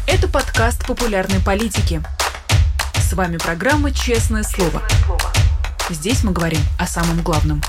Это подкаст популярной политики. С вами программа «Честное слово». Здесь мы говорим о самом главном.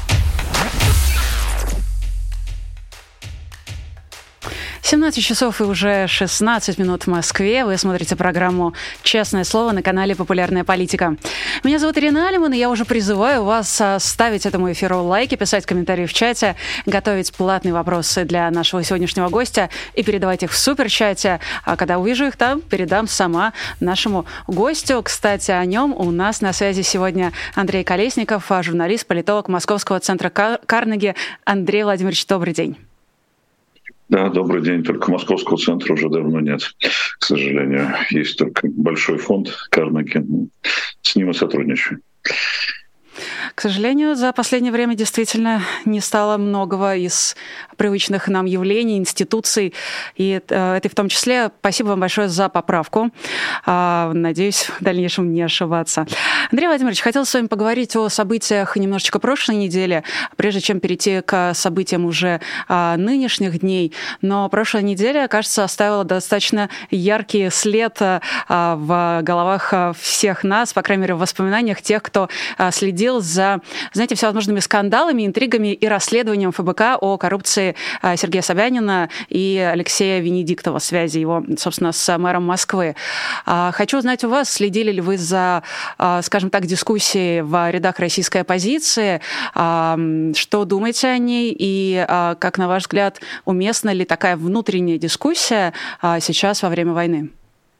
17 часов и уже 16 минут в Москве. Вы смотрите программу «Честное слово» на канале «Популярная политика». Меня зовут Ирина Алиман, и я уже призываю вас ставить этому эфиру лайки, писать комментарии в чате, готовить платные вопросы для нашего сегодняшнего гостя и передавать их в суперчате. А когда увижу их там, передам сама нашему гостю. Кстати, о нем у нас на связи сегодня Андрей Колесников, журналист, политолог Московского центра Карнеги. Андрей Владимирович, добрый день. Да, добрый день. Только Московского центра уже давно нет, к сожалению. Есть только большой фонд Карнеги. С ним и сотрудничаем. К сожалению, за последнее время действительно не стало многого из привычных нам явлений, институций. И это в том числе. Спасибо вам большое за поправку. Надеюсь, в дальнейшем не ошибаться. Андрей Владимирович, хотел с вами поговорить о событиях немножечко прошлой недели, прежде чем перейти к событиям уже нынешних дней. Но прошлая неделя, кажется, оставила достаточно яркий след в головах всех нас, по крайней мере, в воспоминаниях тех, кто следил за, знаете, всевозможными скандалами, интригами и расследованием ФБК о коррупции Сергея Собянина и Алексея Венедиктова, связи его, собственно, с мэром Москвы. Хочу узнать у вас, следили ли вы за, скажем так, дискуссией в рядах российской оппозиции, что думаете о ней и, как на ваш взгляд, уместна ли такая внутренняя дискуссия сейчас во время войны?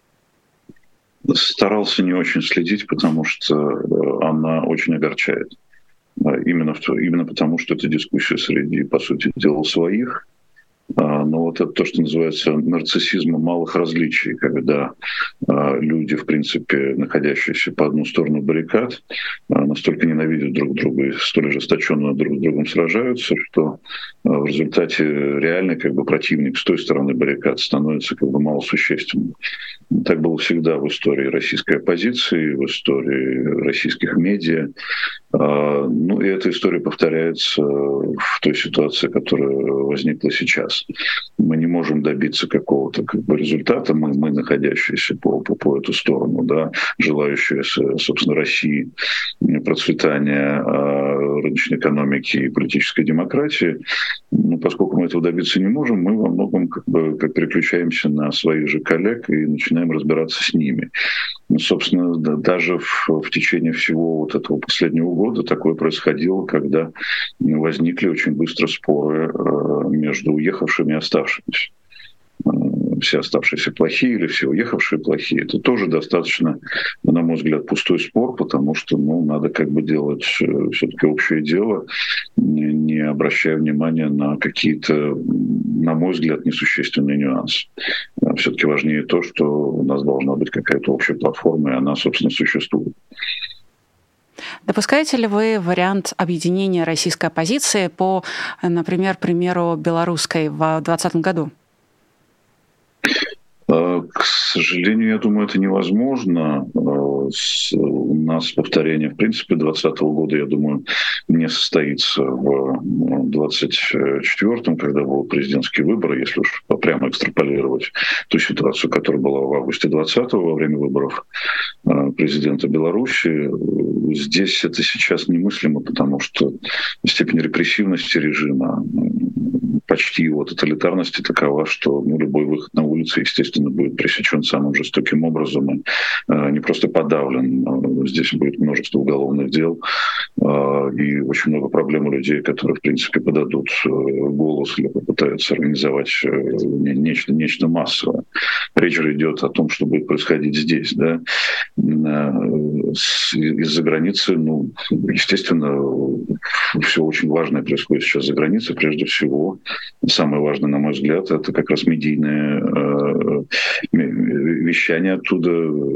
Старался не очень следить, потому что она очень огорчает. Именно потому, что это дискуссия среди, по сути дела, своих. Но вот это то, что называется нарциссизмом малых различий, когда люди, в принципе, находящиеся по одну сторону баррикад, настолько ненавидят друг друга и столь ожесточенно друг с другом сражаются, что в результате реальный противник с той стороны баррикад становится малосущественным. Так было всегда в истории российской оппозиции, в истории российских медиа. И эта история повторяется в той ситуации, которая возникла сейчас. Мы не можем добиться какого-то результата, мы находящиеся по эту сторону, да, желающие, собственно, России процветания рыночной экономики и политической демократии. Поскольку мы этого добиться не можем, мы во многом переключаемся на своих же коллег и начинаем разбираться с ними. Собственно, даже в течение всего этого последнего года такое происходило, когда возникли очень быстро споры между уехавшими и оставшимися. Все оставшиеся плохие или все уехавшие плохие. Это тоже достаточно, на мой взгляд, пустой спор, потому что надо делать все-таки общее дело, не обращая внимания на какие-то, на мой взгляд, несущественные нюансы. Все-таки важнее то, что у нас должна быть какая-то общая платформа, и она, собственно, существует. Допускаете ли вы вариант объединения российской оппозиции по, например, примеру белорусской в 2020 году? К сожалению, я думаю, это невозможно. У нас повторение, в принципе, 2020 года, я думаю, не состоится в 2024, когда будут президентские выборы, если уж прямо экстраполировать ту ситуацию, которая была в августе 2020 во время выборов президента Беларуси. Здесь это сейчас немыслимо, потому что степень репрессивности режима, почти его тоталитарности такова, что любой выход на улицу, естественно, будет пресечен самым жестоким образом и не просто подавлен. Здесь будет множество уголовных дел и очень много проблем у людей, которые, в принципе, подадут голос или попытаются организовать нечто массовое. Речь же идет о том, что будет происходить здесь. Да? Из-за границы, естественно, все очень важное происходит сейчас за границей. Прежде всего, самое важное, на мой взгляд, это как раз медийное вещание оттуда,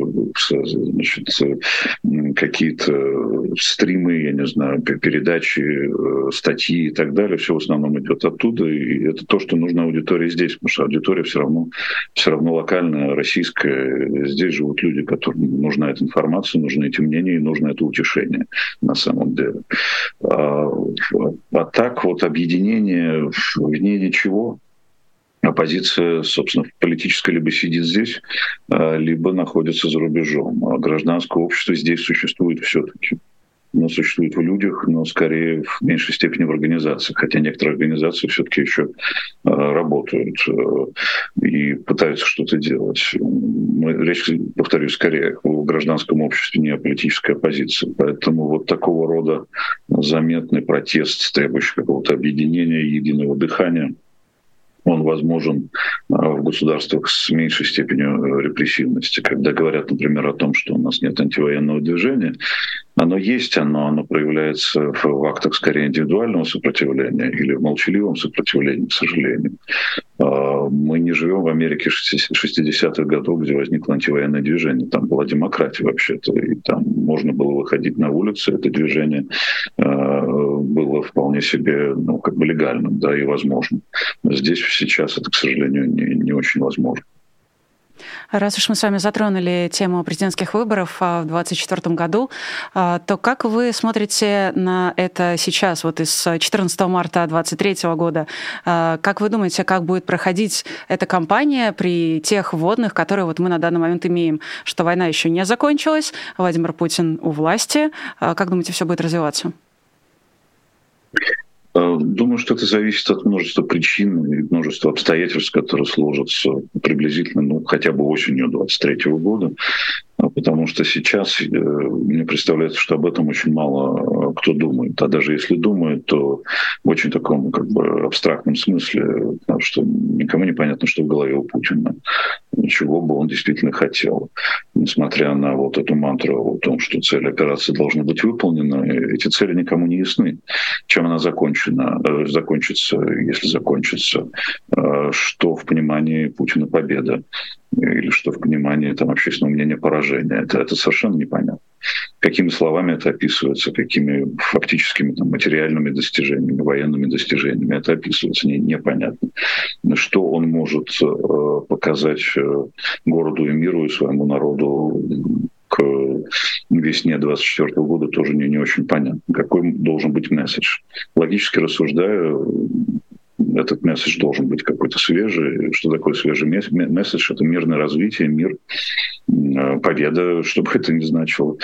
какие-то стримы, я не знаю, передачи, статьи и так далее. Все в основном идет оттуда, и это то, что нужно аудитории здесь, потому что аудитория все равно локальная, российская. Здесь живут люди, которым нужна эта информация, нужны эти мнения и нужно это утешение на самом деле. А так объединение вне ничего. оппозиция, собственно, политическая либо сидит здесь, либо находится за рубежом. А гражданское общество здесь существует все-таки. Оно существует в людях, но скорее в меньшей степени в организациях. Хотя некоторые организации все-таки еще работают и пытаются что-то делать. Речь, повторюсь, скорее в гражданском обществе, не о политической оппозиции. Поэтому вот такого рода заметный протест, требующий какого-то объединения, единого дыхания, он возможен в государствах с меньшей степенью репрессивности. Когда говорят, например, о том, что у нас нет антивоенного движения, оно есть, оно проявляется в актах скорее индивидуального сопротивления или в молчаливом сопротивлении, к сожалению. Мы не живем в Америке 60-х годов, где возникло антивоенное движение. Там была демократия вообще-то, и там можно было выходить на улицы. Это движение было вполне себе легальным, да, и возможным. Здесь сейчас это, к сожалению, не очень возможно. Раз уж мы с вами затронули тему президентских выборов в 2024 году, то как вы смотрите на это сейчас, вот из 14 марта 2023 года? Как вы думаете, как будет проходить эта кампания при тех вводных, которые вот мы на данный момент имеем? Что война еще не закончилась, Владимир Путин у власти. Как думаете, все будет развиваться? Думаю, что это зависит от множества причин и множества обстоятельств, которые сложатся приблизительно, хотя бы осенью 2023 года. Потому что сейчас мне представляется, что об этом очень мало кто думает. А даже если думает, то в очень таком абстрактном смысле, потому что никому не понятно, что в голове у Путина, чего бы он действительно хотел. Несмотря на вот эту мантру о том, что цели операции должны быть выполнены, эти цели никому не ясны. Чем она закончится, если закончится, что в понимании Путина победа, или что в понимании общественного мнения поражение. Это совершенно непонятно. Какими словами это описывается, какими фактическими материальными достижениями, военными достижениями это описывается, непонятно. Что он может показать городу и миру и своему народу к весне 2024 года, тоже не очень понятно. Какой должен быть месседж? Логически рассуждая, этот месседж должен быть какой-то свежий. Что такое свежий месседж? Это мирное развитие, мир, победа, что бы это ни значило.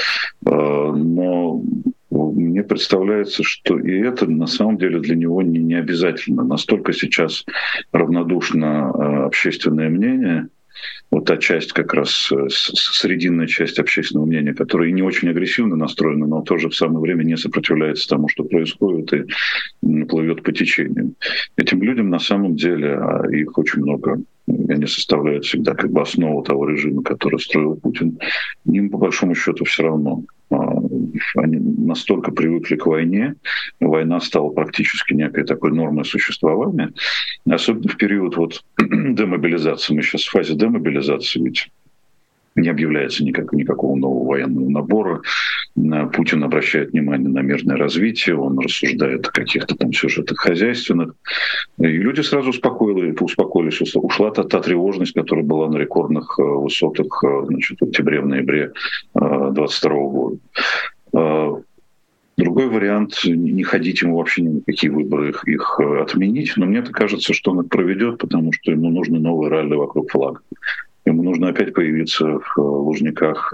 Но мне представляется, что и это на самом деле для него не обязательно. Настолько сейчас равнодушно общественное мнение, вот та часть как раз, срединная часть общественного мнения, которая не очень агрессивно настроена, но тоже в самое время не сопротивляется тому, что происходит, и плывет по течению. Этим людям на самом деле, а их очень много, и они составляют всегда основу того режима, который строил Путин, им по большому счету все равно. Они настолько привыкли к войне, война стала практически некой такой нормой существования, особенно в период демобилизации. Мы сейчас в фазе демобилизации, ведь не объявляется никакого нового военного набора. Путин обращает внимание на мирное развитие, он рассуждает о каких-то сюжетах хозяйственных. И люди сразу успокоились. Ушла та тревожность, которая была на рекордных высотах в октябре, в ноябре 2022 года. Другой вариант — не ходить ему вообще ни на какие выборы, их отменить. Но мне кажется, он их проведет, потому что ему нужны новые ралли вокруг флага. Ему нужно опять появиться в Лужниках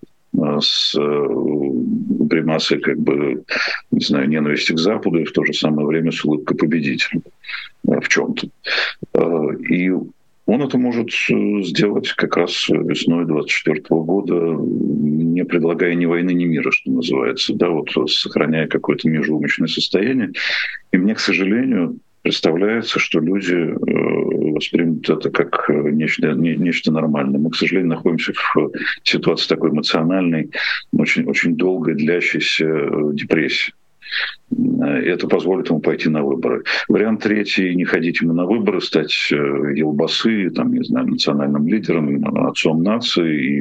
с гримасой ненависти к Западу и в то же самое время с улыбкой победителя в чем-то. И он это может сделать как раз весной 2024 года, не предлагая ни войны, ни мира, что называется, сохраняя какое-то межумочное состояние. И мне, к сожалению, представляется, что люди воспримут это как нечто нормальное. Мы, к сожалению, находимся в ситуации такой эмоциональной, очень, очень долгой, длящейся депрессии. Это позволит ему пойти на выборы. Вариант третий — не ходить ему на выборы, стать елбасы, национальным лидером, отцом нации и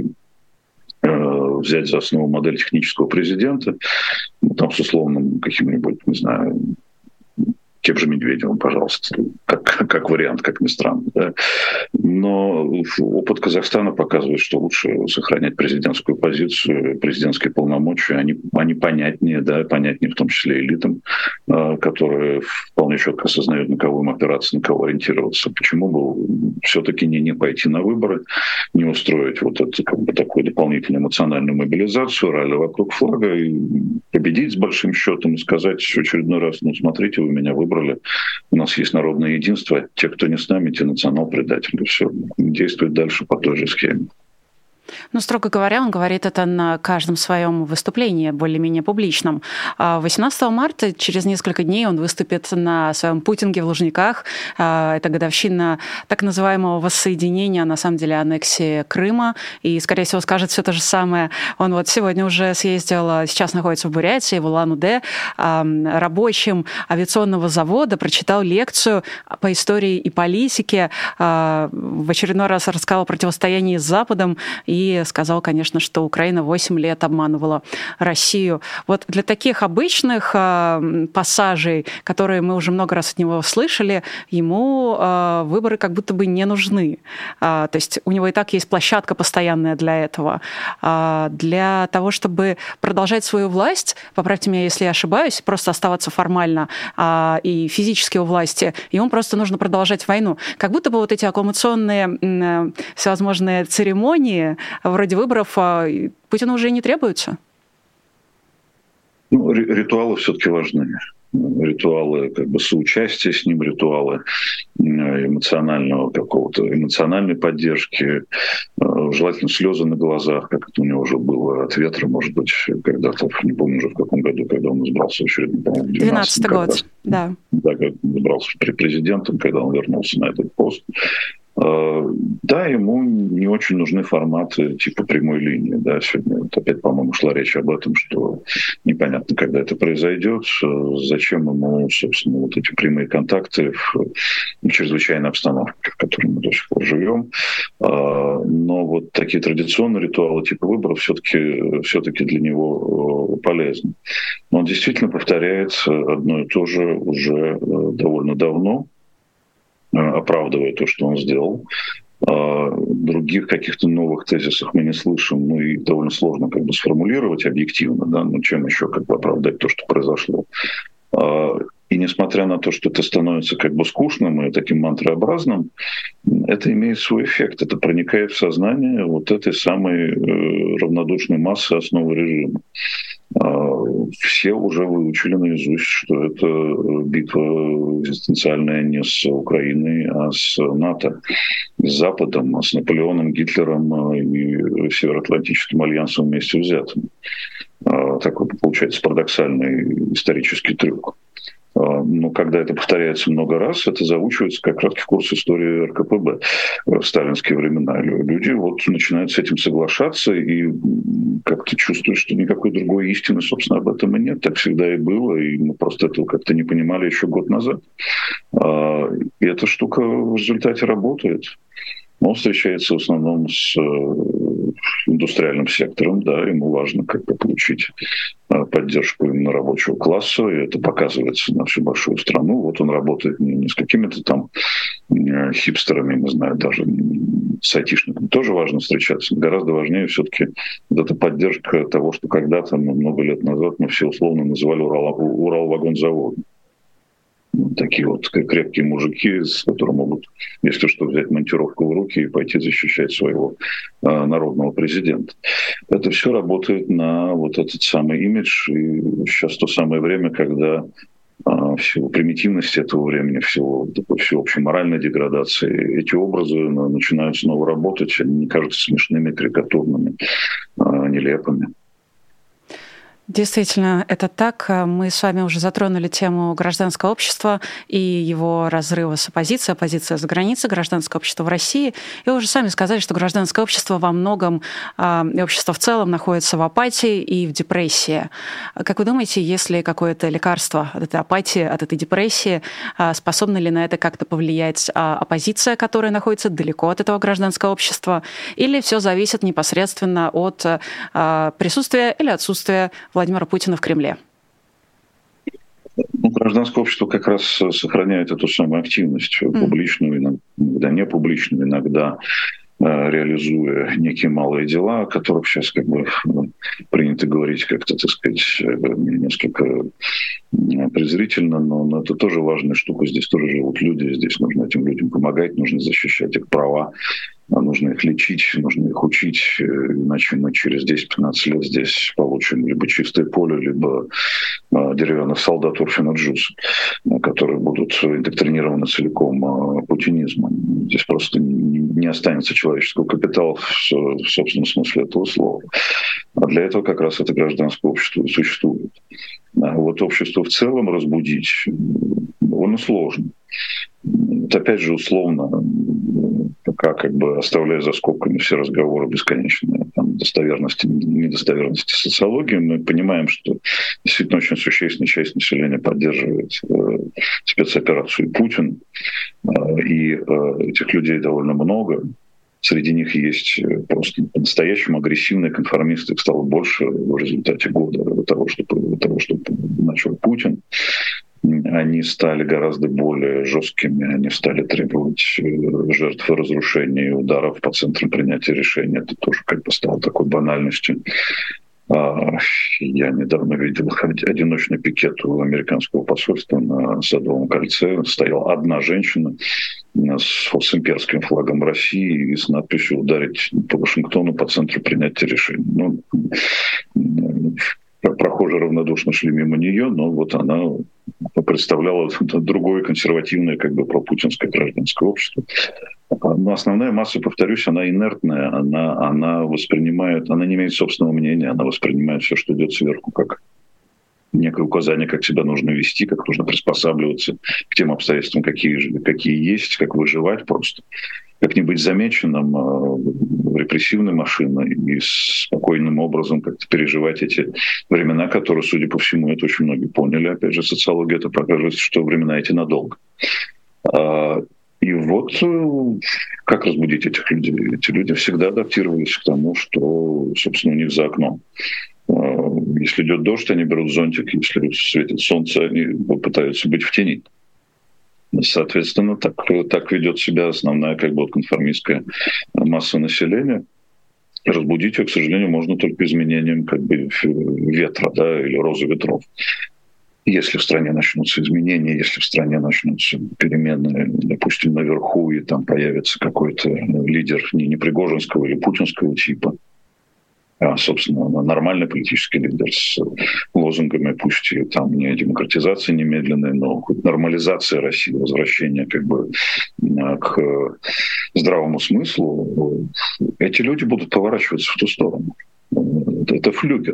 взять за основу модель технического президента, с условным каким-нибудь, тем же Медведевым, пожалуйста, как вариант, как ни странно. Да? Но опыт Казахстана показывает, что лучше сохранять президентскую позицию, президентские полномочия. Они понятнее, да, понятнее в том числе элитам, которые вполне четко осознают, на кого им опираться, на кого ориентироваться. Почему бы все-таки не пойти на выборы, не устроить вот эту такую дополнительную эмоциональную мобилизацию, ралли вокруг флага, и победить с большим счетом и сказать в очередной раз: ну, смотрите, вы меня выбрали, у нас есть народное единство, а те, кто не с нами, те национал-предатели. Все, действует дальше по той же схеме. Ну, строго говоря, он говорит это на каждом своем выступлении, более-менее публичном. 18 марта, через несколько дней, он выступит на своем путинге в Лужниках. Это годовщина так называемого воссоединения, на самом деле аннексии Крыма. И, скорее всего, скажет все то же самое. Он вот сегодня уже съездил, сейчас находится в Бурятии, в Улан-Удэ, рабочим авиационного завода, прочитал лекцию по истории и политике, в очередной раз рассказал о противостоянии с Западом и сказал, конечно, что Украина 8 лет обманывала Россию. Вот для таких обычных пассажей, которые мы уже много раз от него слышали, ему выборы как будто бы не нужны. То есть у него и так есть площадка постоянная для этого. Для того, чтобы продолжать свою власть, поправьте меня, если я ошибаюсь, просто оставаться формально и физически у власти, ему просто нужно продолжать войну. Как будто бы вот эти аккумуляционные всевозможные церемонии вроде выборов Путину уже и не требуются? Ну, ритуалы все-таки важны. Ритуалы как бы соучастия с ним, ритуалы эмоционального какого-то, эмоциональной поддержки, желательно слезы на глазах, как это у него уже было от ветра, может быть, когда-то, не помню уже в каком году, когда он избрался очередной, по-моему, в 12-й год, да. Да, когда он избрался президентом, когда он вернулся на этот пост. Да, ему не очень нужны форматы типа прямой линии. Да. Сегодня вот опять, по-моему, шла речь об этом, что непонятно, когда это произойдет, зачем ему, собственно, вот эти прямые контакты в чрезвычайной обстановке, в которой мы до сих пор живем. Но вот такие традиционные ритуалы типа выборов все-таки для него полезны. Но он действительно повторяет одно и то же уже довольно давно, оправдывая то, что он сделал. Других каких-то новых тезисов мы не слышим, ну и довольно сложно как бы сформулировать объективно, да, ну чем еще как бы оправдать то, что произошло. И несмотря на то, что это становится как бы скучным и таким мантрообразным, это имеет свой эффект. Это проникает в сознание вот этой самой равнодушной массы основы режима. Все уже выучили наизусть, что это битва экзистенциальная не с Украиной, а с НАТО, с Западом, с Наполеоном, Гитлером и Североатлантическим альянсом вместе взятым. Такой получается парадоксальный исторический трюк. Но когда это повторяется много раз, это заучивается как краткий курс истории РКПБ в сталинские времена. Люди вот начинают с этим соглашаться и как-то чувствуют, что никакой другой истины, собственно, об этом и нет. Так всегда и было, и мы просто этого как-то не понимали еще год назад. И эта штука в результате работает. Он встречается в основном с индустриальным сектором, да, ему важно как-то получить поддержку именно рабочего класса, и это показывается на всю большую страну. Вот он работает не с какими-то там хипстерами, не знаю, даже с айтишниками. Тоже важно встречаться. Гораздо важнее все-таки вот эта поддержка того, что когда-то, много лет назад, мы все условно называли Уралвагонзаводом. Такие вот крепкие мужики, с которыми могут, если что, взять монтировку в руки и пойти защищать своего народного президента. Это все работает на вот этот самый имидж. И сейчас то самое время, когда в силу примитивности этого времени, в силу такой всеобщей моральной деградации, эти образы начинают снова работать. Они не кажутся смешными, карикатурными, нелепыми. Действительно, это так. Мы с вами уже затронули тему гражданского общества и его разрыва с оппозицией, оппозиция за границей, гражданское общество в России. И вы уже сами сказали, что гражданское общество во многом, и общество в целом, находится в апатии и в депрессии. Как вы думаете, есть ли какое-то лекарство от этой апатии, от этой депрессии? Способна ли на это как-то повлиять оппозиция, которая находится далеко от этого гражданского общества? Или все зависит непосредственно от присутствия или отсутствия Владимира Путина в Кремле? Гражданское общество как раз сохраняет эту самую активность, публичную, иногда не публичную, иногда реализуя некие малые дела, о которых сейчас как бы принято говорить как-то, так сказать, несколько презрительно, но это тоже важная штука. Здесь тоже живут люди, здесь нужно этим людям помогать, нужно защищать их права, нужно их лечить, нужно их учить, иначе мы через 10-15 лет здесь получим либо чистое поле, либо деревянных солдат Урфина-Джуса, которые будут индоктринированы целиком путинизмом. Здесь просто не останется человеческого капитала в собственном смысле этого слова. А для этого как раз это гражданское общество и существует. А вот общество в целом разбудить, довольно сложно. Это опять же условно, пока как бы оставляя за скобками все разговоры бесконечные, там, достоверности, недостоверности социологии, мы понимаем, что действительно очень существенная часть населения поддерживает спецоперацию Путин, и этих людей довольно много. Среди них есть просто по-настоящему агрессивные конформисты, их стало больше в результате года того, что начал Путин. Они стали гораздо более жесткими, они стали требовать жертв и разрушений, ударов по центрам принятия решений. Это тоже как бы стало такой банальностью. Я недавно видел одиночный пикет у американского посольства на Садовом кольце. Стояла одна женщина с имперским флагом России и с надписью «Ударить по Вашингтону по центру принятия решений». Прохожие равнодушно шли мимо нее, но вот она представляла другое консервативное, как бы пропутинское гражданское общество. Но основная масса, повторюсь, она инертная, она воспринимает, она не имеет собственного мнения, она воспринимает все, что идет сверху, как некое указание, как себя нужно вести, как нужно приспосабливаться к тем обстоятельствам, какие есть, как выживать просто. Как не быть замеченным репрессивной машиной и спокойным образом как-то переживать эти времена, которые, судя по всему, это очень многие поняли. Опять же, социология это показывает, что времена эти надолго. И вот как разбудить этих людей? Эти люди всегда адаптировались к тому, что, собственно, у них за окном. Если идет дождь, они берут зонтик, если светит солнце, они пытаются быть в тени. Соответственно, так ведет себя основная как бы конформистская масса населения. Разбудить ее, к сожалению, можно только изменением как бы ветра, да, или розы ветров. Если в стране начнутся изменения, если в стране начнутся перемены, допустим, наверху, и там появится какой-то лидер не пригожинского или путинского типа, а, собственно, нормальный политический лидер с лозунгами, пусть и там не демократизация немедленная, но хоть нормализация России, возвращение как бы к здравому смыслу, эти люди будут поворачиваться в ту сторону. Это флюгер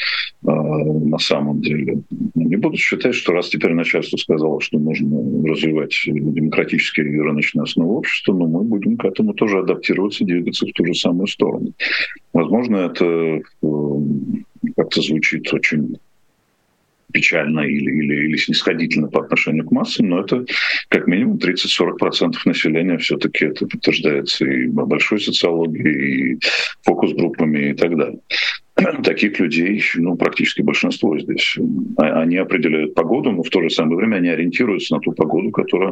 на самом деле. Не будут считать, что раз теперь начальство сказало, что нужно развивать демократические и рыночные основы общества, но мы будем к этому тоже адаптироваться, двигаться в ту же самую сторону. Возможно, это как-то звучит очень печально или снисходительно по отношению к массам, но это как минимум 30-40% населения все-таки это подтверждается и большой социологией, и фокус-группами и так далее. Таких людей практически большинство здесь. Они определяют погоду, но в то же самое время они ориентируются на ту погоду,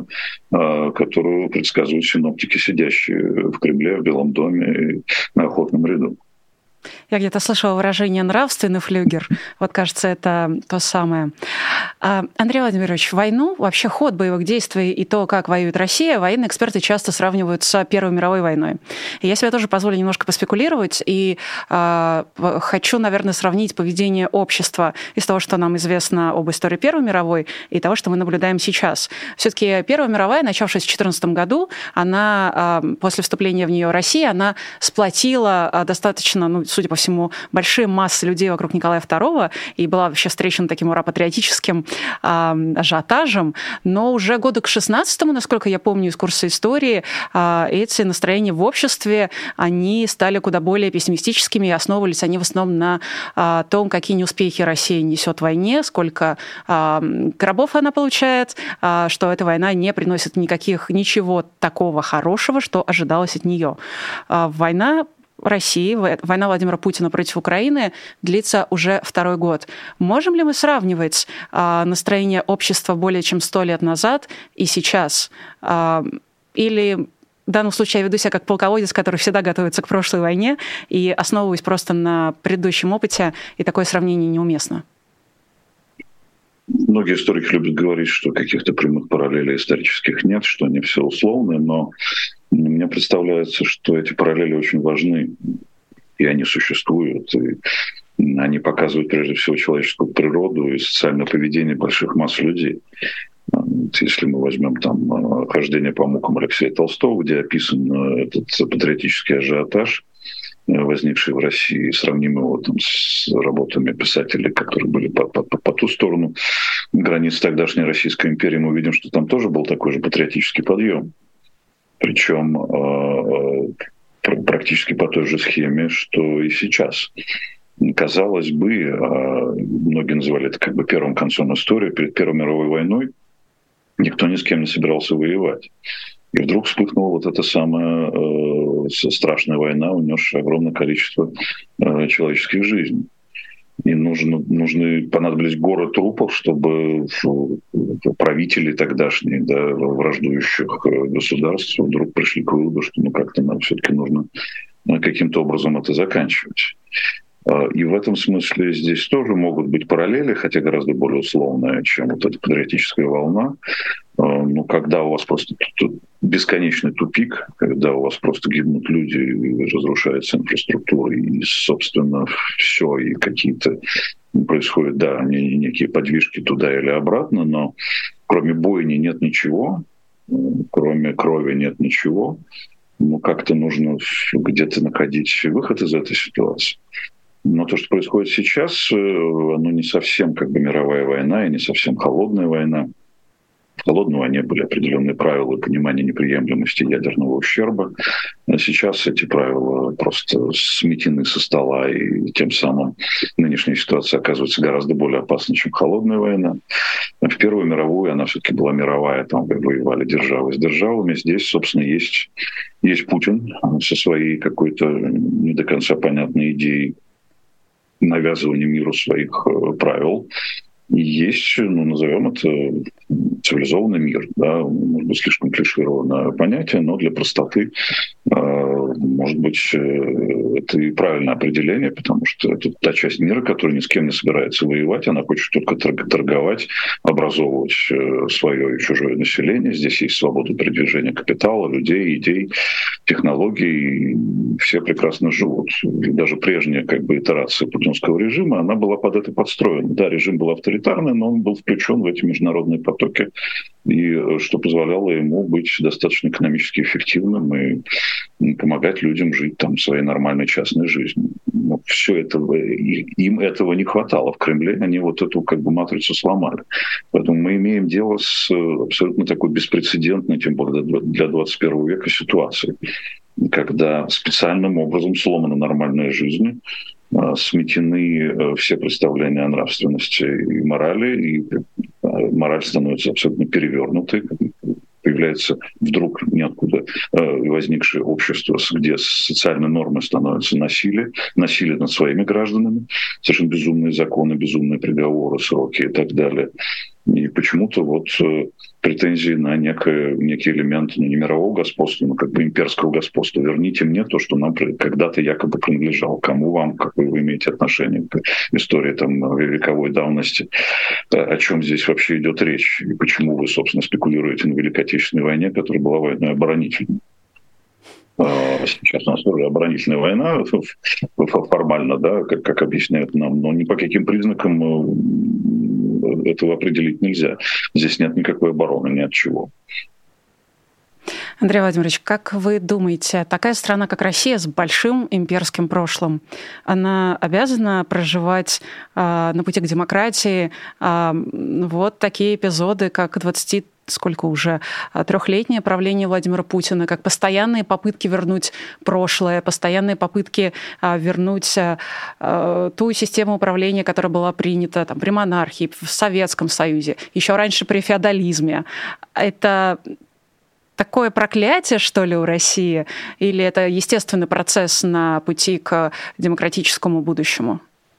которую предсказывают синоптики, сидящие в Кремле, в Белом доме и на охотном ряду. Я где-то слышала выражение «нравственный флюгер». Вот, кажется, это то самое. Андрей Владимирович, войну, вообще ход боевых действий и то, как воюет Россия, военные эксперты часто сравнивают с Первой мировой войной. И я себе тоже позволю немножко поспекулировать и хочу, наверное, сравнить поведение общества из того, что нам известно об истории Первой мировой, и того, что мы наблюдаем сейчас. Все-таки Первая мировая, начавшись в 2014 году, она, после вступления в нее России, она сплотила достаточно, судя по всему, большие массы людей вокруг Николая II, и была вообще встречена таким ура-патриотическим ажиотажем. Но уже году к 16-му, насколько я помню из курса истории, эти настроения в обществе, они стали куда более пессимистическими, и основывались они в основном на том, какие неуспехи Россия несет в войне, сколько гробов она получает, что эта война не приносит ничего такого хорошего, что ожидалось от нее. Война России, война Владимира Путина против Украины длится уже второй год. Можем ли мы сравнивать настроение общества более чем 100 лет назад и сейчас? Или в данном случае я веду себя как полководец, который всегда готовится к прошлой войне и основываюсь просто на предыдущем опыте, и такое сравнение неуместно? Многие историки любят говорить, что каких-то прямых параллелей исторических нет, что они все условны, но мне представляется, что эти параллели очень важны, и они существуют, и они показывают прежде всего человеческую природу и социальное поведение больших масс людей. Если мы возьмем там «Хождение по мукам» Алексея Толстого, где описан этот патриотический ажиотаж, возникший в России, сравним его там с работами писателей, которые были по ту сторону границ тогдашней Российской империи, мы увидим, что там тоже был такой же патриотический подъем. Причем практически по той же схеме, что и сейчас. Казалось бы, многие называли это как бы первым концом истории, перед Первой мировой войной никто ни с кем не собирался воевать. И вдруг вспыхнула вот эта самая страшная война, унесшая огромное количество человеческих жизней. И понадобились горы трупов, чтобы правители тогдашние, да, враждующих государств вдруг пришли к выводу, что как-то нам все-таки нужно каким-то образом это заканчивать. И в этом смысле здесь тоже могут быть параллели, хотя гораздо более условные, чем вот эта патриотическая волна. Но когда у вас просто бесконечный тупик, когда у вас просто гибнут люди, и разрушается инфраструктура, и, собственно, все, и какие-то происходят, да, некие подвижки туда или обратно, но кроме бойни нет ничего, кроме крови нет ничего. Как-то нужно где-то находить выход из этой ситуации. Но то, что происходит сейчас, оно не совсем как бы мировая война и не совсем холодная война. В холодной войне были определенные правила понимания неприемлемости ядерного ущерба. А сейчас эти правила просто сметены со стола, и тем самым нынешняя ситуация оказывается гораздо более опасной, чем холодная война. В Первую мировую она все-таки была мировая, там воевали державы с державами. Здесь, собственно, есть Путин со своей какой-то не до конца понятной идеей навязывания миру своих правил. И есть, назовем это цивилизованный мир, да, может быть, слишком клишированное понятие, но для простоты, может быть, это и правильное определение, потому что это та часть мира, которая ни с кем не собирается воевать, она хочет только торговать, образовывать свое и чужое население. Здесь есть свобода передвижения капитала, людей, идей, технологий, и все прекрасно живут. И даже прежняя как бы итерация путинского режима, она была под это подстроена. Да, режим был авторитарный, но он был включен в эти международные потоки, и что позволяло ему быть достаточно экономически эффективным и помогать людям жить там своей нормальной частной жизнью. Но все это, им этого не хватало. В Кремле они вот эту как бы матрицу сломали. Поэтому мы имеем дело с абсолютно такой беспрецедентной, тем более для 21 века, ситуацией, когда специальным образом сломана нормальная жизнь, сметены все представления о нравственности и морали, и мораль становится абсолютно перевернутой, появляется вдруг ниоткуда возникшее общество, где социальной нормой становится насилие над своими гражданами, совершенно безумные законы, безумные приговоры, сроки и так далее. И почему-то вот претензии на некий элемент не мирового господства, но как бы имперского господства. Верните мне то, что нам когда-то якобы принадлежало. Кому вам, какое вы имеете отношение к истории там, вековой давности? О чем здесь вообще идет речь? И почему вы, собственно, спекулируете на Великой Отечественной войне, которая была войной оборонительной? Сейчас у нас тоже оборонительная война формально, да, как объясняют нам, но ни по каким признакам этого определить нельзя. Здесь нет никакой обороны, ни от чего. Андрей Владимирович, как вы думаете, такая страна, как Россия, с большим имперским прошлым, она обязана проживать на пути к демократии вот такие эпизоды, как 3-летнее правление Владимира Путина, как постоянные попытки вернуть прошлое, постоянные попытки вернуть ту систему управления, которая была принята там, при монархии, в Советском Союзе, еще раньше при феодализме. Это такое проклятие, что ли, у России? Или это естественный процесс на пути к демократическому будущему?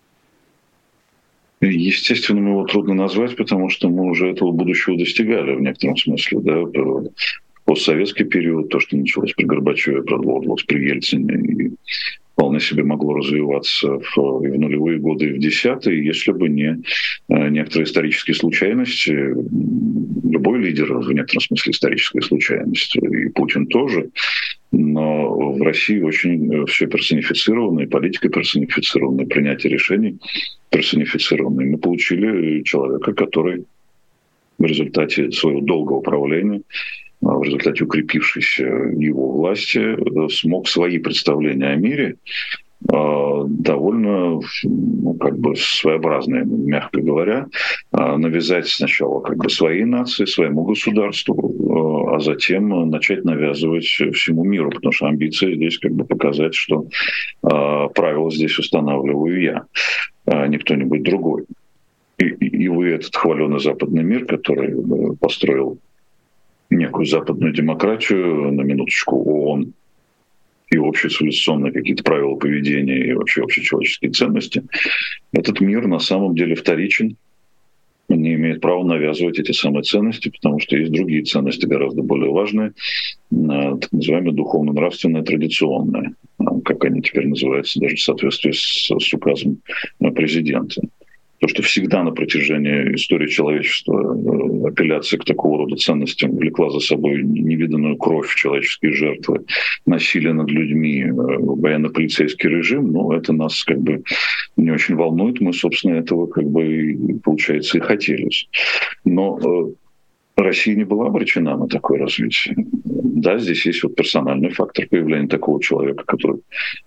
Естественным его трудно назвать, потому что мы уже этого будущего достигали в некотором смысле. Да? Постсоветский период, то, что началось при Горбачеве, продолжилось при Ельцине, и вполне себе могло развиваться и в нулевые годы, и в десятые, если бы не некоторые исторические случайности. Любой лидер в некотором смысле историческая случайность, и Путин тоже. Но в России очень все персонифицировано, и политика персонифицирована, и принятие решений персонифицировано. И мы получили человека, который в результате своего долгого правления, в результате укрепившейся его власти, смог свои представления о мире довольно своеобразные, мягко говоря, навязать сначала своей нации, своему государству, а затем начать навязывать всему миру, потому что амбиция здесь показать, что правила здесь устанавливаю я, а не кто-нибудь другой. И вы этот хваленый западный мир, который построил некую западную демократию, на минуточку ООН, и общецивилизационные какие-то правила поведения, и вообще общечеловеческие ценности, этот мир на самом деле вторичен, он не имеет права навязывать эти самые ценности, потому что есть другие ценности, гораздо более важные, так называемые духовно-нравственные, традиционные, как они теперь называются, даже в соответствии с указом президента. То, что всегда на протяжении истории человечества апелляция к такого рода ценностям влекла за собой невиданную кровь, человеческие жертвы, насилие над людьми, военно-полицейский режим, это нас не очень волнует. Мы, собственно, этого получается, и хотели. Но Россия не была обречена на такое развитие. Да, здесь есть персональный фактор появления такого человека, который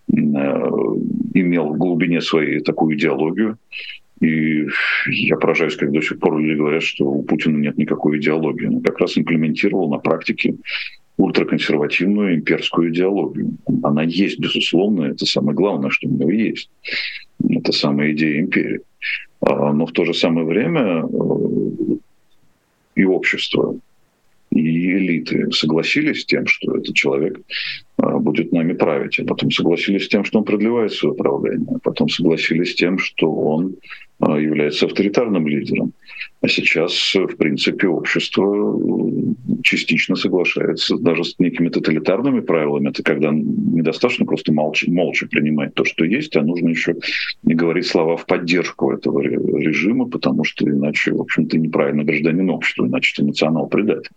имел в глубине своей такую идеологию. И я поражаюсь, когда до сих пор люди говорят, что у Путина нет никакой идеологии. Он как раз имплементировал на практике ультраконсервативную имперскую идеологию. Она есть, безусловно, это самое главное, что у него есть. Это самая идея империи. Но в то же самое время и общество, и элиты согласились с тем, что этот человек будет нами править, а потом согласились с тем, что он продлевает свое правление, а потом согласились с тем, что он является авторитарным лидером. А сейчас, в принципе, общество частично соглашается даже с некими тоталитарными правилами. Это когда недостаточно просто молча принимать то, что есть, а нужно еще не говорить слова в поддержку этого режима, потому что иначе, в общем, ты неправильный гражданин общества, иначе ты национал-предатель.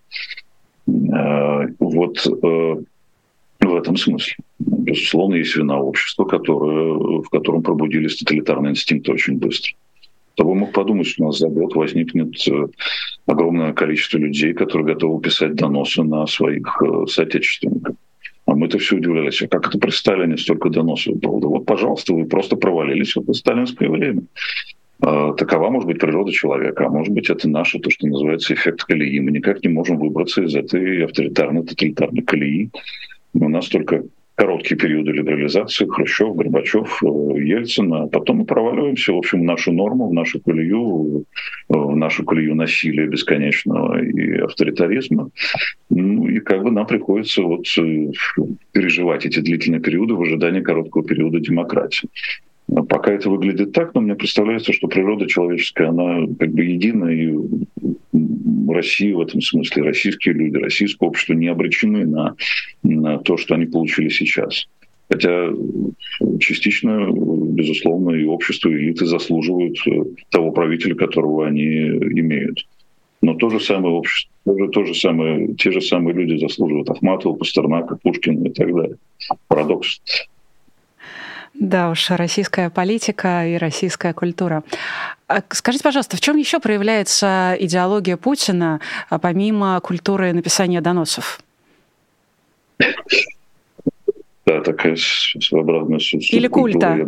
В этом смысле. Безусловно, есть вина общества, в котором пробудились тоталитарные инстинкты очень быстро. Кто бы мог подумать, что у нас за год возникнет огромное количество людей, которые готовы писать доносы на своих соотечественников. А мы-то все удивлялись, а как это при Сталине столько доносов было? Да вот, пожалуйста, вы просто провалились в сталинское время. Такова может быть природа человека, а может быть это наше, то, что называется, эффект колеи. Мы никак не можем выбраться из этой авторитарной, тоталитарной колеи. У нас только короткие периоды либерализации, Хрущев, Горбачев, Ельцин, а потом мы проваливаемся, в общем, в нашу норму, в нашу колею насилия бесконечного и авторитаризма. И нам приходится переживать эти длительные периоды в ожидании короткого периода демократии. Пока это выглядит так, но мне представляется, что природа человеческая, она едина, и Россия в этом смысле, российские люди, российское общество не обречены на то, что они получили сейчас. Хотя частично, безусловно, и общество, и элиты заслуживают того правителя, которого они имеют. Но то же самое общество, те же самые люди заслуживают Ахматова, Пастернака, Пушкина и так далее. Парадокс. Да уж, российская политика и российская культура. Скажите, пожалуйста, в чем еще проявляется идеология Путина, помимо культуры написания доносов? Да, такая своеобразная субкультура. Или культа?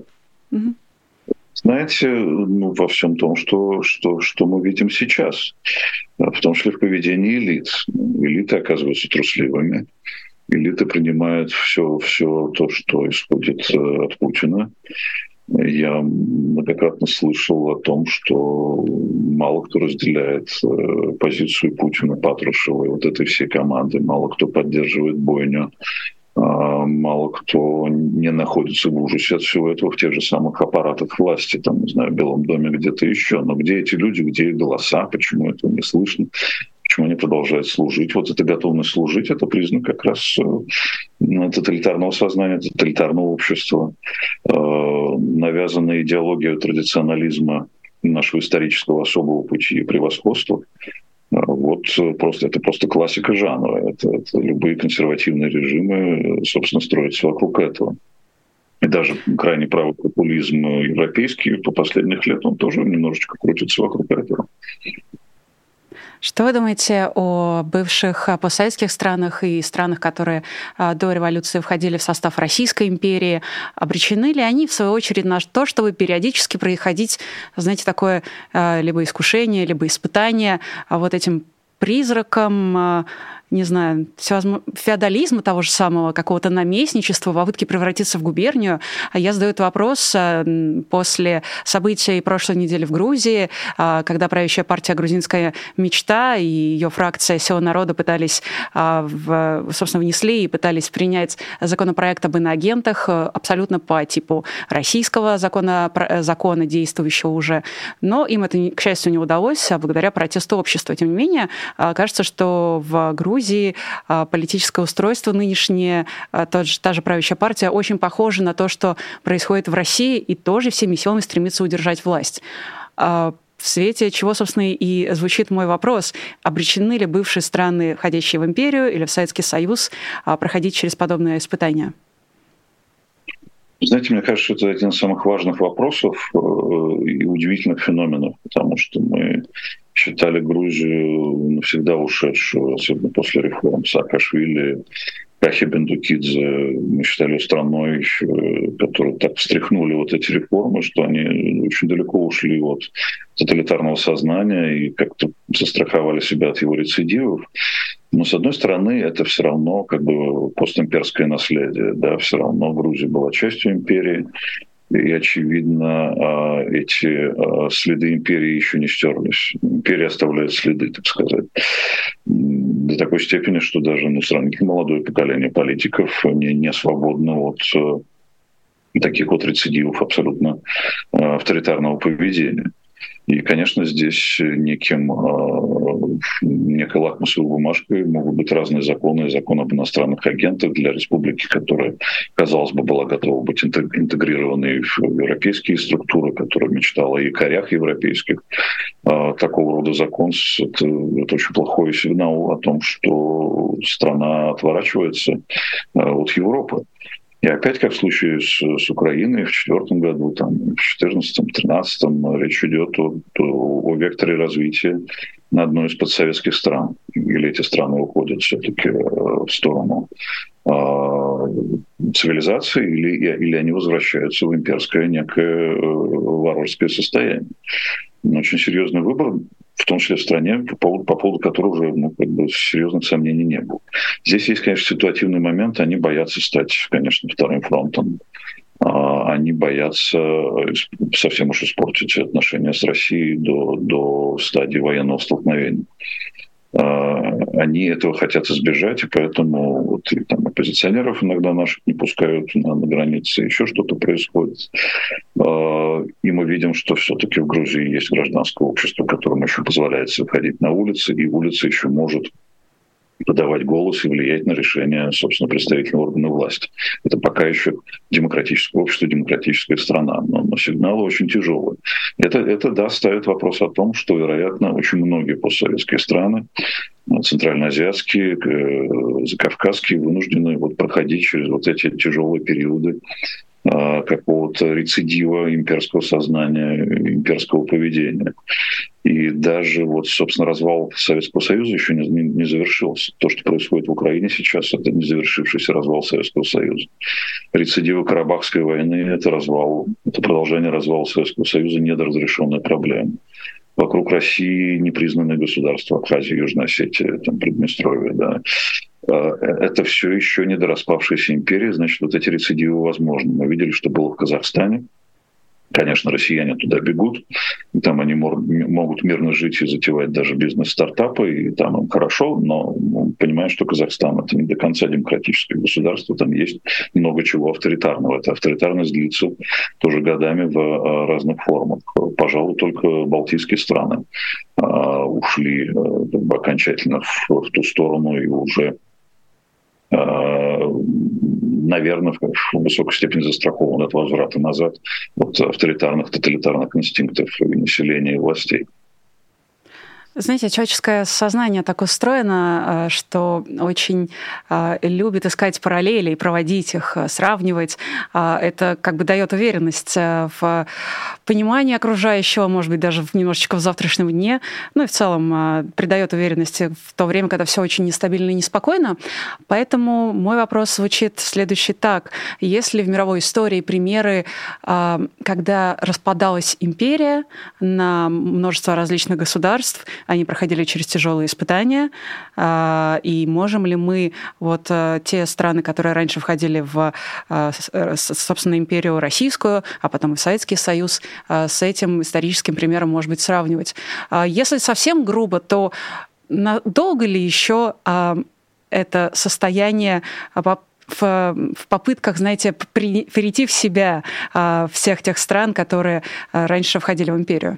Знаете, во всем том, что мы видим сейчас, в том числе в поведении элит. Элиты оказываются трусливыми. Элиты принимают все то, что исходит от Путина. Я многократно слышал о том, что мало кто разделяет позицию Путина, Патрушева и вот этой всей команды, мало кто поддерживает бойню, мало кто не находится в ужасе от всего этого в тех же самых аппаратах власти, там, не знаю, в Белом доме, где-то еще. Но где эти люди, где их голоса, почему этого не слышно? Почему они продолжают служить? Вот эта готовность служить — это признак как раз тоталитарного сознания, тоталитарного общества. Навязанная идеология традиционализма нашего исторического особого пути и превосходства. Вот это просто классика жанра. Это любые консервативные режимы, собственно, строятся вокруг этого. И даже крайне правый популизм европейский по последних лет, он тоже немножечко крутится вокруг этого. Что вы думаете о бывших постсоветских странах и странах, которые до революции входили в состав Российской империи? Обречены ли они, в свою очередь, на то, чтобы периодически происходить, знаете, такое либо искушение, либо испытание вот этим призраком, не знаю, феодализма того же самого, какого-то наместничества, попытки превратиться в губернию? А я задаю этот вопрос после событий прошлой недели в Грузии, когда правящая партия «Грузинская мечта» и ее фракция «Сила народа» пытались, собственно, внесли и пытались принять законопроект об иноагентах абсолютно по типу российского закона действующего уже. Но им это, к счастью, не удалось, благодаря протесту общества. Тем не менее, кажется, что в Грузии политическое устройство нынешнее, та же правящая партия, очень похоже на то, что происходит в России, и тоже всеми силами стремится удержать власть. В свете чего, собственно, и звучит мой вопрос: обречены ли бывшие страны, входящие в империю или в Советский Союз, проходить через подобные испытания? Знаете, мне кажется, это один из самых важных вопросов и удивительных феноменов, потому что мы считали Грузию навсегда ушедшую, особенно после реформ Саакашвили, Кахи Бендукидзе. Мы считали ее страной, которую так встряхнули вот эти реформы, что они очень далеко ушли от тоталитарного сознания и как-то застраховали себя от его рецидивов. Но, с одной стороны, это все равно как бы постимперское наследие. Да? Все равно Грузия была частью империи, и, очевидно, эти следы империи еще не стерлись. Империя оставляет следы, так сказать. До такой степени, что даже сравнительно молодое поколение политиков не свободно от таких вот рецидивов абсолютно авторитарного поведения. И, конечно, здесь некой лакмусовой бумажкой могут быть разные законы. Закон об иностранных агентах для республики, которая, казалось бы, была готова быть интегрированной в европейские структуры, которая мечтала о якорях европейских. Такого рода закон — это очень плохой сигнал о том, что страна отворачивается от Европы. И опять, как в случае с Украиной в 2004 году, там, в 2014-2013, речь идет о векторе развития на одной из подсоветских стран. Или эти страны уходят все-таки в сторону цивилизации, или они возвращаются в имперское некое варварское состояние. Очень серьезный выбор, в том числе в стране, по поводу которого уже серьезных сомнений не было. Здесь есть, конечно, ситуативный момент. Они боятся стать, конечно, вторым фронтом. Они боятся совсем уж испортить отношения с Россией до стадии военного столкновения. Они этого хотят избежать, и поэтому оппозиционеров иногда наших не пускают на границе, еще что-то происходит. И мы видим, что все-таки в Грузии есть гражданское общество, которому еще позволяется выходить на улицы, и улица еще может подавать голос и влиять на решения, собственно, представительного органа власти. Это пока еще демократическое общество, демократическая страна, но сигналы очень тяжелые. Это ставит вопрос о том, что, вероятно, очень многие постсоветские страны, центральноазиатские, закавказские, вынуждены проходить через эти тяжелые периоды какого-то рецидива имперского сознания, имперского поведения. И даже собственно, развал Советского Союза еще не завершился. То, что происходит в Украине сейчас, это не завершившийся развал Советского Союза. Рецидивы Карабахской войны — это продолжение развала Советского Союза, недоразрешенная проблема. Вокруг России непризнанные государства: Абхазия, Южная Осетия, Приднестровье, да. Это все еще недораспавшаяся империя, значит, эти рецидивы возможны. Мы видели, что было в Казахстане, Конечно, россияне туда бегут, и там они могут мирно жить и затевать даже бизнес-стартапы, и там им хорошо, но понимаешь, что Казахстан — это не до конца демократическое государство, там есть много чего авторитарного. Эта авторитарность длится тоже годами в разных формах. Пожалуй, только балтийские страны ушли окончательно в ту сторону и уже, наверное, в высокой степени застрахован от возврата назад от авторитарных, тоталитарных инстинктов и населения, и властей. Знаете, человеческое сознание так устроено, что очень любит искать параллели и проводить их, сравнивать. Это как бы дает уверенность в понимании окружающего, может быть, даже немножечко в завтрашнем дне, ну и в целом придает уверенности в то время, когда все очень нестабильно и неспокойно. Поэтому мой вопрос звучит следующий так. Есть ли в мировой истории примеры, когда распадалась империя на множество различных государств, они проходили через тяжелые испытания, и можем ли мы вот те страны, которые раньше входили в, собственно, империю российскую, а потом и в Советский Союз, с этим историческим примером, может быть, сравнивать? Если совсем грубо, то долго ли еще это состояние в попытках, знаете, перейти в себя всех тех стран, которые раньше входили в империю?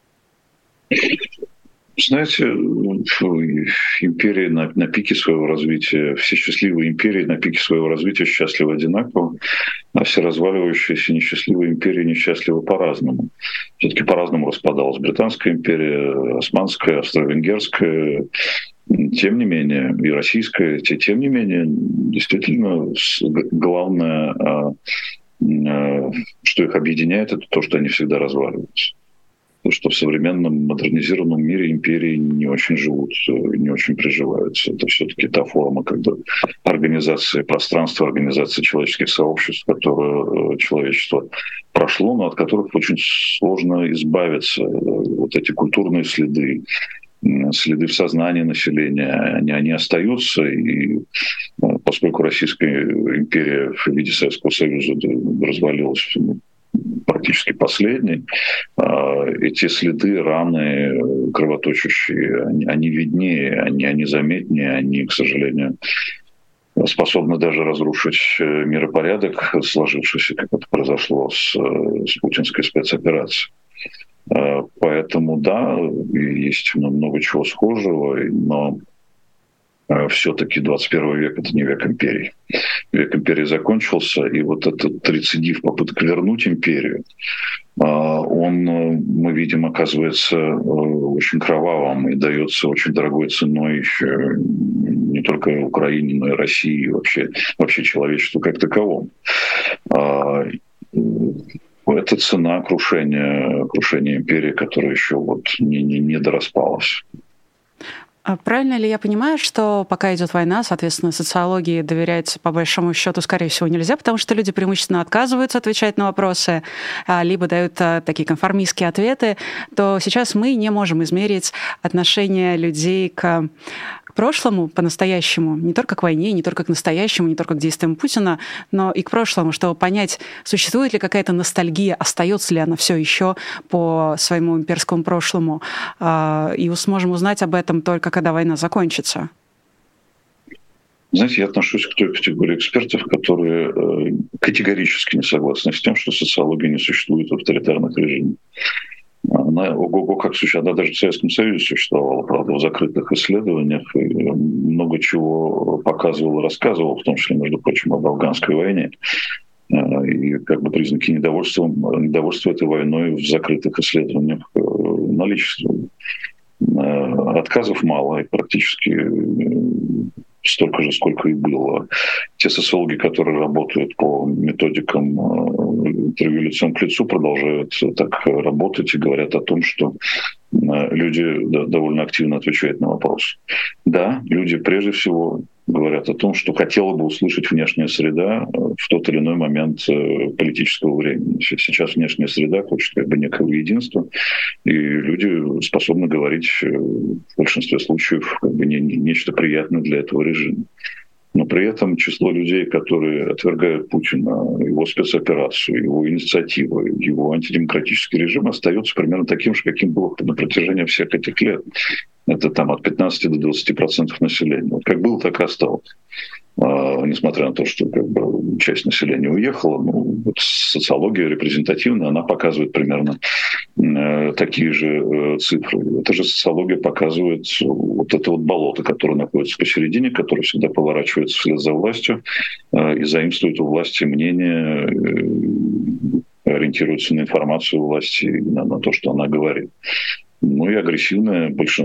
Знаете, империи на пике своего развития, все счастливые империи на пике своего развития счастливы одинаково, а все разваливающиеся несчастливые империи несчастливы по-разному. Все-таки по-разному распадалась Британская империя, Османская, Австро-Венгерская, тем не менее, и Российская, тем не менее, действительно, главное, что их объединяет, это то, что они всегда разваливаются. Что в современном модернизированном мире империи не очень живут, не очень приживаются. Это все-таки та форма, когда организация пространства, организация человеческих сообществ, которую человечество прошло, но от которых очень сложно избавиться. Вот эти культурные следы в сознании населения, они остаются. И поскольку Российская империя в виде Советского Союза развалилась практически последний, эти следы, раны кровоточащие, они виднее, они заметнее, они, к сожалению, способны даже разрушить миропорядок, сложившийся, как это произошло с путинской спецоперацией. Поэтому, да, есть много чего схожего, но все-таки 21 век — это не век империи. Век империи закончился, и вот этот рецидив, попытка вернуть империю, он, мы видим, оказывается очень кровавым и дается очень дорогой ценой не только Украине, но и России, и вообще человечеству как таковому. Это цена крушения империи, которая еще вот не дораспалась. Правильно ли я понимаю, что пока идет война, соответственно, социологии доверять по большому счету, скорее всего, нельзя, потому что люди преимущественно отказываются отвечать на вопросы, либо дают такие конформистские ответы, то сейчас мы не можем измерить отношение людей к прошлому по-настоящему, не только к войне, не только к настоящему, не только к действиям Путина, но и к прошлому, чтобы понять, существует ли какая-то ностальгия, остается ли она все еще по своему имперскому прошлому. И сможем узнать об этом только когда война закончится. Знаете, я отношусь к той категории экспертов, которые категорически не согласны с тем, что социология не существует в авторитарных режимах. Она, ого-го, как существует, она даже в Советском Союзе существовала, правда, в закрытых исследованиях, и много чего показывала, рассказывала, в том числе, между прочим, об афганской войне. И как бы признаки недовольства этой войной в закрытых исследованиях наличествуют. Отказов мало, и практически столько же, сколько и было. Те социологи, которые работают по методикам интервью лицом к лицу, продолжают так работать и говорят о том, что люди довольно активно отвечают на вопрос. Да, люди прежде всего говорят о том, что хотела бы услышать внешняя среда в тот или иной момент политического времени. Сейчас внешняя среда хочет как бы некого единства, и люди способны говорить в большинстве случаев как бы нечто приятное для этого режима. Но при этом число людей, которые отвергают Путина, его спецоперацию, его инициативу, его антидемократический режим, остается примерно таким же, каким было на протяжении всех этих лет. Это там от 15 до 20% населения. Вот как было, так и осталось. Несмотря на то, что как бы часть населения уехала, ну, вот социология репрезентативная, она показывает примерно такие же цифры. Эта же социология показывает вот это вот болото, которое находится посередине, которое всегда поворачивается вслед за властью и заимствует у власти мнение, ориентируется на информацию власти, на то, что она говорит. Ну и агрессивное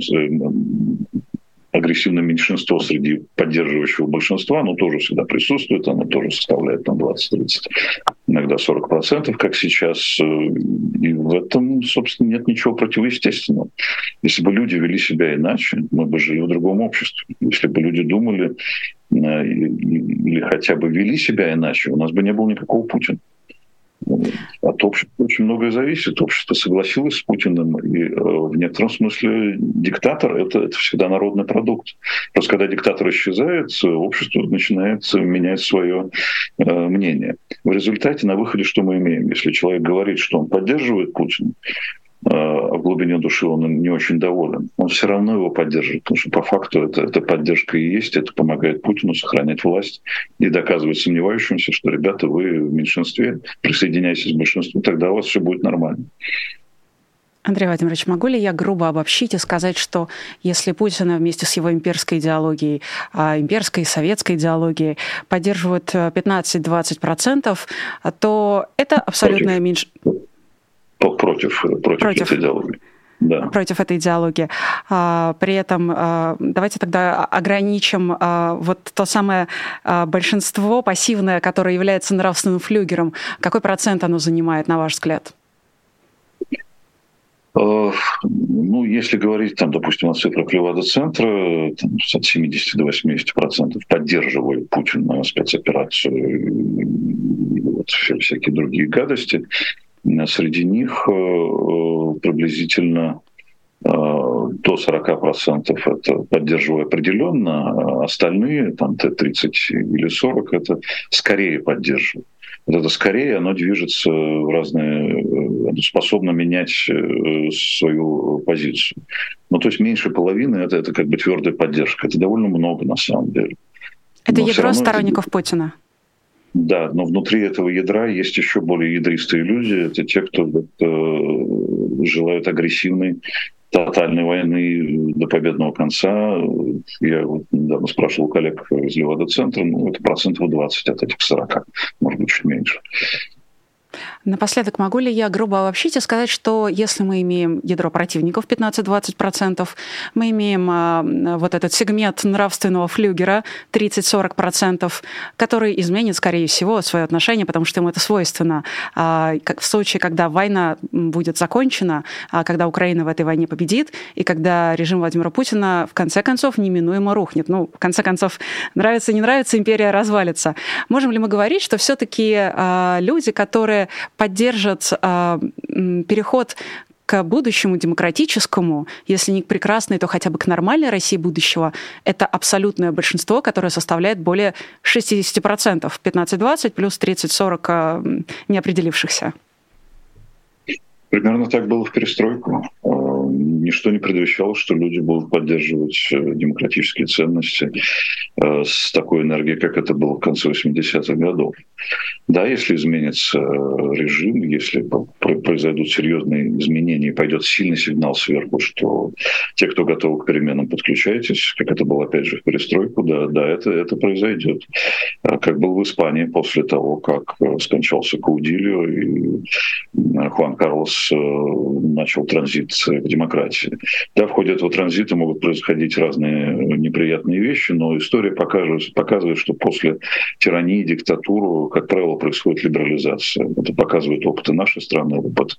меньшинство среди поддерживающего большинства, оно тоже всегда присутствует, оно тоже составляет там 20-30, иногда 40%, как сейчас. И в этом, собственно, нет ничего противоестественного. Если бы люди вели себя иначе, мы бы жили в другом обществе. Если бы люди думали или хотя бы вели себя иначе, у нас бы не было никакого Путина. От общества очень многое зависит. Общество согласилось с Путиным, и в некотором смысле диктатор — это всегда народный продукт. Просто когда диктатор исчезает, общество начинает менять свое мнение. В результате на выходе что мы имеем? Если человек говорит, что он поддерживает Путина, а в глубине души он не очень доволен, он все равно его поддерживает, потому что по факту это поддержка и есть, это помогает Путину сохранять власть и доказывать сомневающимся, что, ребята, вы в меньшинстве, присоединяйтесь к большинству, тогда у вас все будет нормально. Андрей Владимирович, могу ли я грубо обобщить и сказать, что если Путина вместе с его имперской идеологией, имперской и советской идеологией поддерживают 15-20%, то это абсолютное меньшинство. Против этой идеологии. Да. Против этой идеологии. При этом давайте тогда ограничим вот то самое большинство пассивное, которое является нравственным флюгером. Какой процент оно занимает, на ваш взгляд? Ну, если говорить, там, допустим, о цифрах Левада-центра, от 70 до 80% поддерживают Путина спецоперацию и вот всякие другие гадости, среди них приблизительно до 40% это поддерживаю определенно, а остальные, там 30 или 40, это скорее поддерживают. Вот это скорее, оно движется в разные, оно способно менять свою позицию. Ну, то есть меньше половины это как бы твердая поддержка. Это довольно много на самом деле. Это ядро сторонников Путина. Да, но внутри этого ядра есть еще более ядристые люди. Это те, кто желают агрессивной, тотальной войны до победного конца. Я вот недавно спрашивал коллег из Левада-центра, это 20% от этих 40, может быть, чуть меньше. Напоследок, могу ли я грубо обобщить и сказать, что если мы имеем ядро противников 15-20%, мы имеем вот этот сегмент нравственного флюгера 30-40%, который изменит, скорее всего, свое отношение, потому что ему это свойственно. В случае, когда война будет закончена, когда Украина в этой войне победит, и когда режим Владимира Путина в конце концов неминуемо рухнет. Ну, в конце концов, нравится, не нравится, империя развалится. Можем ли мы говорить, что все-таки люди, которые поддержат переход к будущему демократическому, если не к прекрасной, то хотя бы к нормальной России будущего, это абсолютное большинство, которое составляет более 60%, 15-20 плюс 30-40 неопределившихся? Примерно так было в перестройку. Ничто не предвещало, что люди будут поддерживать демократические ценности с такой энергией, как это было в конце 80-х годов. Да, если изменится режим, если произойдут серьезные изменения и пойдет сильный сигнал сверху, что те, кто готовы к переменам, подключайтесь, как это было опять же в перестройку, да, это произойдет. Как было в Испании после того, как скончался Каудильо и Хуан Карлос начал транзит к демократии. Да, в ходе этого транзита могут происходить разные неприятные вещи, но история показывает, что после тирании, диктатуры, как правило, происходит либерализация. Это показывает опыт нашей страны, опыт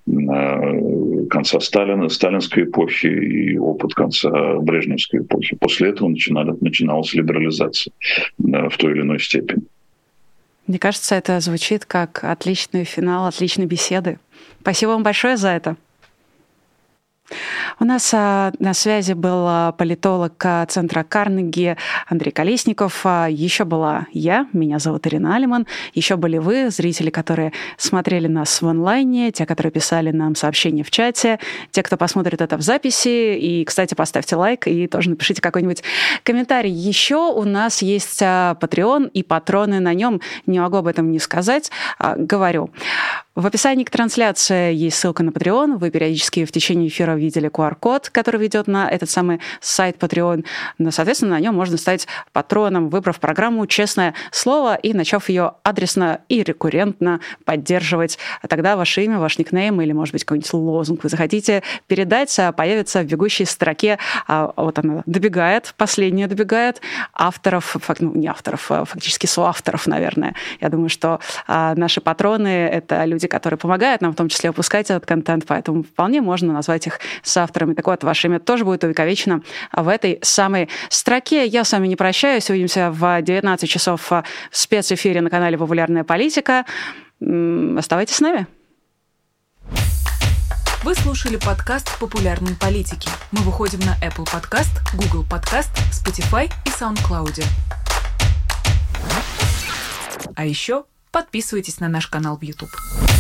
конца сталинской эпохи и опыт конца брежневской эпохи. После этого начиналась либерализация в той или иной степени. Мне кажется, это звучит как отличный финал, отличной беседы. Спасибо вам большое за это. У нас на связи был политолог Центра Карнеги Андрей Колесников. Еще была я, меня зовут Ирина Алиман. Еще были вы, зрители, которые смотрели нас в онлайне, те, которые писали нам сообщения в чате, те, кто посмотрит это в записи. И, кстати, поставьте лайк и тоже напишите какой-нибудь комментарий. Еще у нас есть Patreon и патроны на нем. Не могу об этом не сказать. Говорю. В описании к трансляции есть ссылка на Patreon. Вы периодически в течение эфира видели QR-код, который ведет на этот самый сайт Patreon. Но, соответственно, на нем можно стать патроном, выбрав программу «Честное слово» и начав ее адресно и рекуррентно поддерживать. Тогда ваше имя, ваш никнейм или, может быть, какой-нибудь лозунг вы захотите передать, появится в бегущей строке. Вот она добегает, последняя добегает. Авторов, не авторов, фактически соавторов, наверное. Я думаю, что наши патроны — это люди, которые помогают нам в том числе выпускать этот контент, поэтому вполне можно назвать их соавторами. Так вот, ваше имя тоже будет увековечено в этой самой строке. Я с вами не прощаюсь. Увидимся в 19 часов в спецэфире на канале «Популярная политика». Оставайтесь с нами. Вы слушали подкаст «Популярной политики». Мы выходим на Apple Podcast, Google Podcast, Spotify и SoundCloud. А еще подписывайтесь на наш канал в YouTube.